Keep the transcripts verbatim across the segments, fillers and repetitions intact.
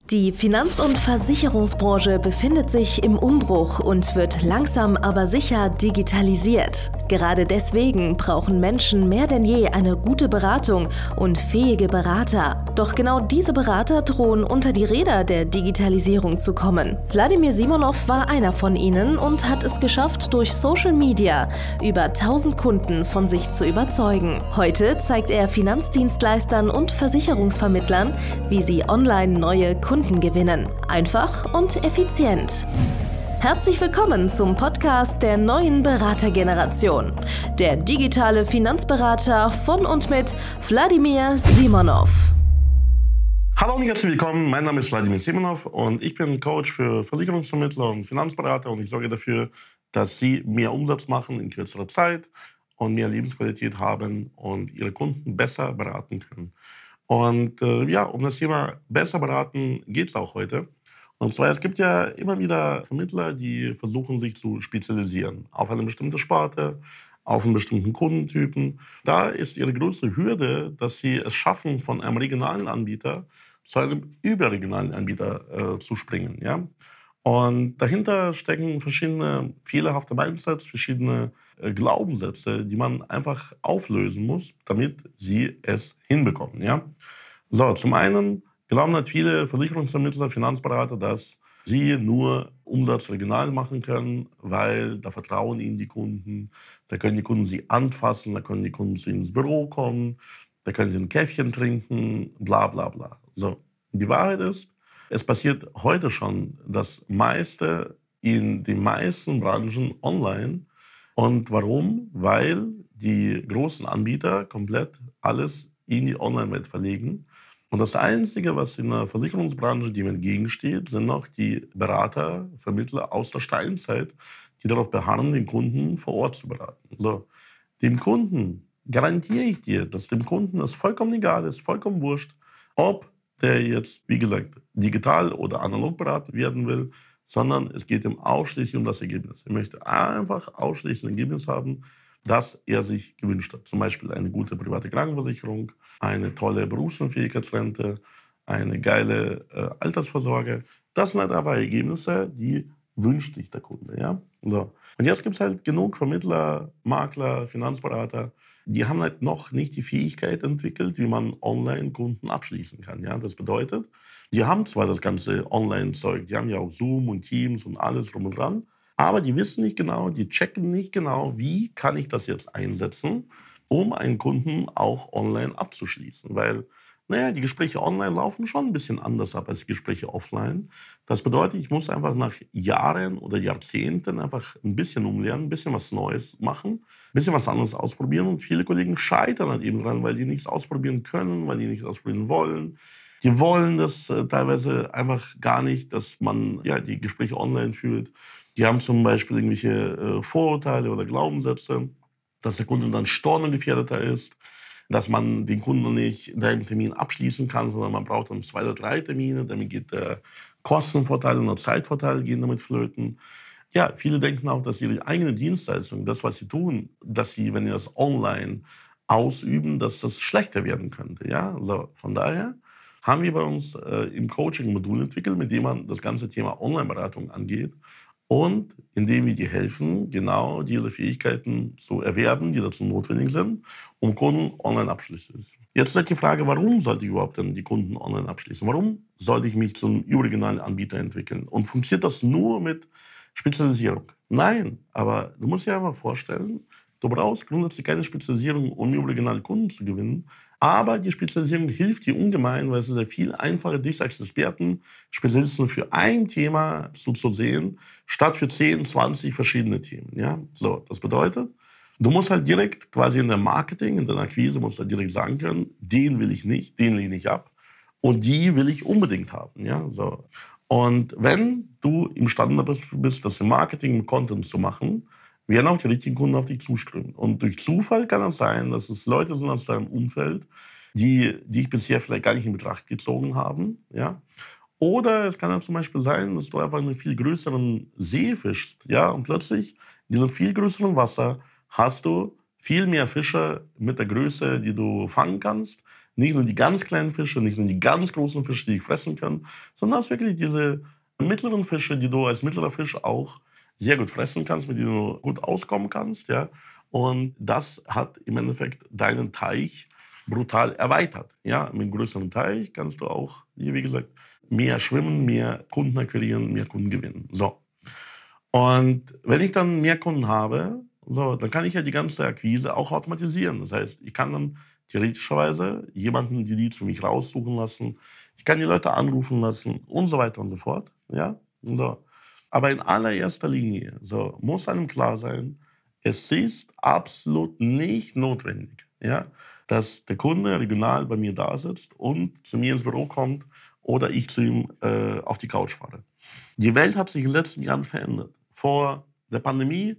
Die Finanz- und Versicherungsbranche befindet sich im Umbruch und wird langsam aber sicher digitalisiert. Gerade deswegen brauchen Menschen mehr denn je eine gute Beratung und fähige Berater. Doch genau diese Berater drohen unter die Räder der Digitalisierung zu kommen. Wladimir Simonov war einer von ihnen und hat es geschafft, durch Social Media über tausend Kunden von sich zu überzeugen. Heute zeigt er Finanzdienstleistern und Versicherungsvermittlern, wie sie online neue Kunden gewinnen. Einfach und effizient. Herzlich willkommen zum Podcast der neuen Beratergeneration. Der digitale Finanzberater von und mit Wladimir Simonov. Hallo und herzlich willkommen. Mein Name ist Wladimir Simonov und ich bin Coach für Versicherungsvermittler und Finanzberater und ich sorge dafür, dass Sie mehr Umsatz machen in kürzerer Zeit und mehr Lebensqualität haben und Ihre Kunden besser beraten können. Und äh, ja, um das Thema besser beraten geht es auch heute. Und zwar, es gibt ja immer wieder Vermittler, die versuchen, sich zu spezialisieren auf eine bestimmte Sparte, auf einen bestimmten Kundentypen. Da ist ihre größte Hürde, dass sie es schaffen, von einem regionalen Anbieter zu einem überregionalen Anbieter äh, zu springen. Ja? Und dahinter stecken verschiedene fehlerhafte Mindsets, verschiedene äh, Glaubenssätze, die man einfach auflösen muss, damit sie es hinbekommen. Ja? So, zum einen glauben halt viele Versicherungsvermittler, Finanzberater, dass sie nur Umsatz regional machen können, weil da vertrauen ihnen die Kunden, da können die Kunden sie anfassen, da können die Kunden zu ihnen ins Büro kommen, da können sie ein Käffchen trinken, bla bla bla. So, die Wahrheit ist, es passiert heute schon das meiste in den meisten Branchen online. Und warum? Weil die großen Anbieter komplett alles in die Online-Welt verlegen. Und das Einzige, was in der Versicherungsbranche dem entgegensteht, sind noch die Berater, Vermittler aus der Steinzeit, die darauf beharren, den Kunden vor Ort zu beraten. So, dem Kunden garantiere ich dir, dass dem Kunden das vollkommen egal ist, vollkommen wurscht, ob der jetzt, wie gesagt, digital oder analog beraten werden will, sondern es geht ihm ausschließlich um das Ergebnis. Er möchte einfach ausschließlich ein Ergebnis haben, das er sich gewünscht hat. Zum Beispiel eine gute private Krankenversicherung, eine tolle Berufsunfähigkeitsrente, eine geile äh, Altersvorsorge. Das sind halt einfach Ergebnisse, die wünscht sich der Kunde. Ja? So. Und jetzt gibt es halt genug Vermittler, Makler, Finanzberater, die haben halt noch nicht die Fähigkeit entwickelt, wie man online Kunden abschließen kann. Ja? Das bedeutet, die haben zwar das ganze Online-Zeug, die haben ja auch Zoom und Teams und alles drum und dran, aber die wissen nicht genau, die checken nicht genau, wie kann ich das jetzt einsetzen, um einen Kunden auch online abzuschließen. Weil, naja, die Gespräche online laufen schon ein bisschen anders ab als die Gespräche offline. Das bedeutet, ich muss einfach nach Jahren oder Jahrzehnten einfach ein bisschen umlernen, ein bisschen was Neues machen, ein bisschen was anderes ausprobieren. Und viele Kollegen scheitern halt eben dran, weil die nichts ausprobieren können, weil die nichts ausprobieren wollen. Die wollen das äh, teilweise einfach gar nicht, dass man ja, die Gespräche online führt. Die haben zum Beispiel irgendwelche äh, Vorurteile oder Glaubenssätze, dass der Kunde dann stornogefährdeter ist, dass man den Kunden nicht in einem Termin abschließen kann, sondern man braucht dann zwei oder drei Termine, damit geht der Kostenvorteil und der Zeitvorteil gehen damit flöten. Ja, viele denken auch, dass ihre eigene Dienstleistung, das, was sie tun, dass sie, wenn sie das online ausüben, dass das schlechter werden könnte. Ja? Also von daher haben wir bei uns äh, im Coaching ein Modul entwickelt, mit dem man das ganze Thema Online-Beratung angeht. Und indem wir dir helfen, genau diese Fähigkeiten zu erwerben, die dazu notwendig sind, um Kunden online abschließen. Jetzt ist die Frage, warum sollte ich überhaupt denn die Kunden online abschließen? Warum sollte ich mich zum überregionalen Anbieter entwickeln? Und funktioniert das nur mit Spezialisierung? Nein, aber du musst dir einfach vorstellen, du brauchst grundsätzlich keine Spezialisierung, um überregionale Kunden zu gewinnen. Aber die Spezialisierung hilft dir ungemein, weil es ist sehr viel einfacher, dich als Experten, Spezialisten für ein Thema zu, zu sehen, statt für zehn, zwanzig verschiedene Themen. Ja? So, das bedeutet, du musst halt direkt quasi in der Marketing, in der Akquise, musst du halt direkt sagen können, den will ich nicht, den lehne ich ab und die will ich unbedingt haben. Ja? So. Und wenn du imstande bist, das im Marketing, im Content zu machen, werden auch die richtigen Kunden auf dich zuströmen. Und durch Zufall kann es sein, dass es Leute sind aus deinem Umfeld, die dich bisher vielleicht gar nicht in Betracht gezogen haben. Ja? Oder es kann ja zum Beispiel sein, dass du einfach in einem viel größeren See fischst. Ja? Und plötzlich in diesem viel größeren Wasser hast du viel mehr Fische mit der Größe, die du fangen kannst, nicht nur die ganz kleinen Fische, nicht nur die ganz großen Fische, die ich fressen kann, sondern hast wirklich diese mittleren Fische, die du als mittlerer Fisch auch sehr gut fressen kannst, mit denen du gut auskommen kannst. Ja? Und das hat im Endeffekt deinen Teich brutal erweitert. Ja? Mit einem größeren Teich kannst du auch, wie gesagt, mehr schwimmen, mehr Kunden akquirieren, mehr Kunden gewinnen. So. Und wenn ich dann mehr Kunden habe, so, dann kann ich ja die ganze Akquise auch automatisieren. Das heißt, ich kann dann theoretischerweise jemanden die Leads für mich raussuchen lassen. Ich kann die Leute anrufen lassen und so weiter und so fort. Ja? So. Aber in allererster Linie so, muss einem klar sein, es ist absolut nicht notwendig, ja, dass der Kunde regional bei mir da sitzt und zu mir ins Büro kommt oder ich zu ihm äh, auf die Couch fahre. Die Welt hat sich in den letzten Jahren verändert. Vor der Pandemie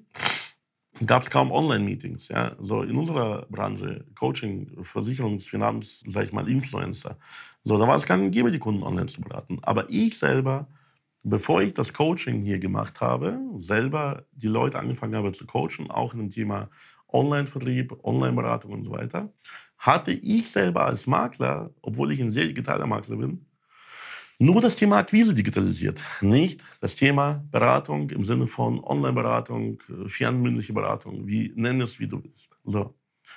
gab es kaum Online-Meetings. Ja? So in unserer Branche, Coaching, Versicherungs-, Finanz-, sag ich mal, Influencer. So, da war es gang und gäbe, die Kunden online zu beraten. Aber ich selber, bevor ich das Coaching hier gemacht habe, selber die Leute angefangen habe zu coachen, auch in dem Thema Online-Vertrieb, Online-Beratung und so weiter, hatte ich selber als Makler, obwohl ich ein sehr digitaler Makler bin, nur das Thema Akquise digitalisiert, nicht das Thema Beratung im Sinne von Online-Beratung, fernmündliche Beratung, wie nenn es, wie du willst. So.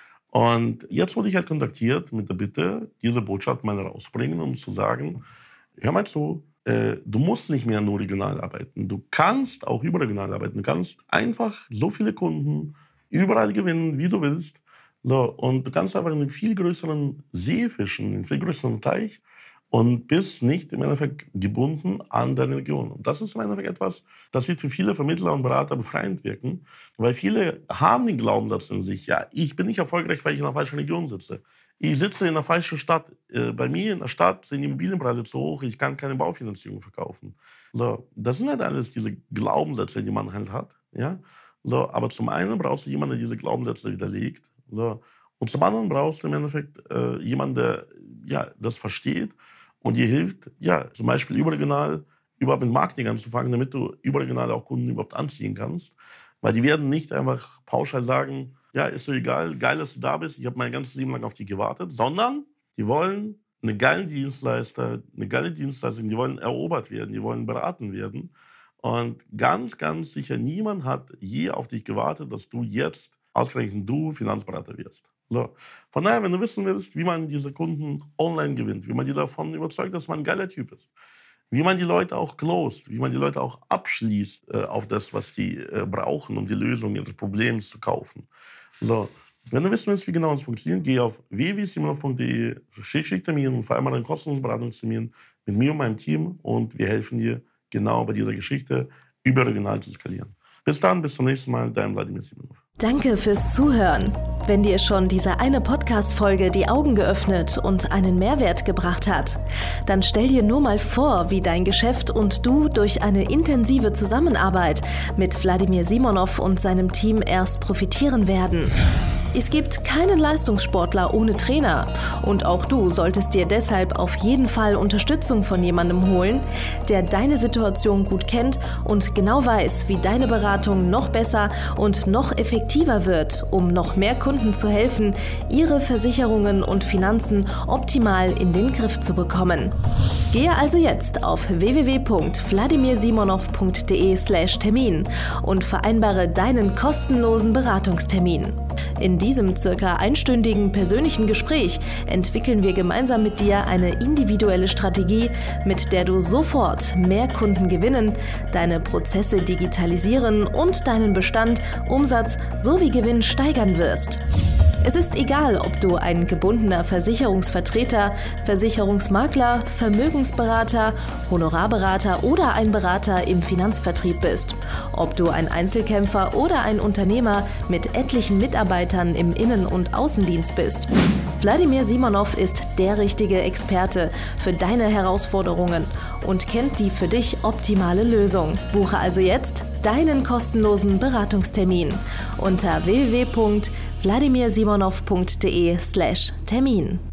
Und jetzt wurde ich halt kontaktiert mit der Bitte, diese Botschaft mal rauszubringen, um zu sagen, hör mal zu, äh, du musst nicht mehr nur regional arbeiten, du kannst auch überregional arbeiten, du kannst einfach so viele Kunden überall gewinnen, wie du willst. So. Und du kannst einfach in einem viel größeren See fischen, in einem viel größeren Teich, und bist nicht im Endeffekt gebunden an deine Region. Und das ist im Endeffekt etwas, das wird für viele Vermittler und Berater befreiend wirken, weil viele haben den Glaubenssatz in sich, ja, ich bin nicht erfolgreich, weil ich in der falschen Region sitze. Ich sitze in der falschen Stadt. Bei mir in der Stadt sind die Immobilienpreise zu hoch, ich kann keine Baufinanzierung verkaufen. So, das sind halt alles diese Glaubenssätze, die man halt hat. Ja? So, aber zum einen brauchst du jemanden, der diese Glaubenssätze widerlegt. So. Und zum anderen brauchst du im Endeffekt äh, jemanden, der ja, das versteht und dir hilft, ja, zum Beispiel überregional überhaupt mit Marketing anzufangen, damit du überregional auch Kunden überhaupt anziehen kannst. Weil die werden nicht einfach pauschal sagen, ja, ist so egal, geil, dass du da bist, ich habe mein ganzes Leben lang auf dich gewartet, sondern die wollen einen geilen Dienstleister, eine geile Dienstleistung, die wollen erobert werden, die wollen beraten werden. Und ganz, ganz sicher, niemand hat je auf dich gewartet, dass du jetzt ausgerechnet du Finanzberater wirst. So. Von daher, wenn du wissen willst, wie man diese Kunden online gewinnt, wie man die davon überzeugt, dass man ein geiler Typ ist, wie man die Leute auch closed, wie man die Leute auch abschließt äh, auf das, was die äh, brauchen, um die Lösung ihres Problems zu kaufen. So. Wenn du wissen willst, wie genau das funktioniert, geh auf w w w punkt simonov punkt de, schick Termin und vereinbare einen kostenlosen Beratungstermin mit mir und meinem Team und wir helfen dir genau bei dieser Geschichte überregional zu skalieren. Bis dann, bis zum nächsten Mal, dein Wladimir Simonov. Danke fürs Zuhören. Wenn dir schon diese eine Podcast-Folge die Augen geöffnet und einen Mehrwert gebracht hat, dann stell dir nur mal vor, wie dein Geschäft und du durch eine intensive Zusammenarbeit mit Wladimir Simonov und seinem Team erst profitieren werden. Es gibt keinen Leistungssportler ohne Trainer und auch du solltest dir deshalb auf jeden Fall Unterstützung von jemandem holen, der deine Situation gut kennt und genau weiß, wie deine Beratung noch besser und noch effektiver wird, um noch mehr Kunden zu helfen, ihre Versicherungen und Finanzen optimal in den Griff zu bekommen. Gehe also jetzt auf w w w punkt wladimir simonov punkt de slash Termin und vereinbare deinen kostenlosen Beratungstermin. In diesem circa einstündigen persönlichen Gespräch entwickeln wir gemeinsam mit dir eine individuelle Strategie, mit der du sofort mehr Kunden gewinnen, deine Prozesse digitalisieren und deinen Bestand, Umsatz sowie Gewinn steigern wirst. Es ist egal, ob du ein gebundener Versicherungsvertreter, Versicherungsmakler, Vermögensberater, Honorarberater oder ein Berater im Finanzvertrieb bist. Ob du ein Einzelkämpfer oder ein Unternehmer mit etlichen Mitarbeitern im Innen- und Außendienst bist. Wladimir Simonov ist der richtige Experte für deine Herausforderungen und kennt die für dich optimale Lösung. Buche also jetzt deinen kostenlosen Beratungstermin unter w w w punkt wladimir simonov punkt de slash Termin.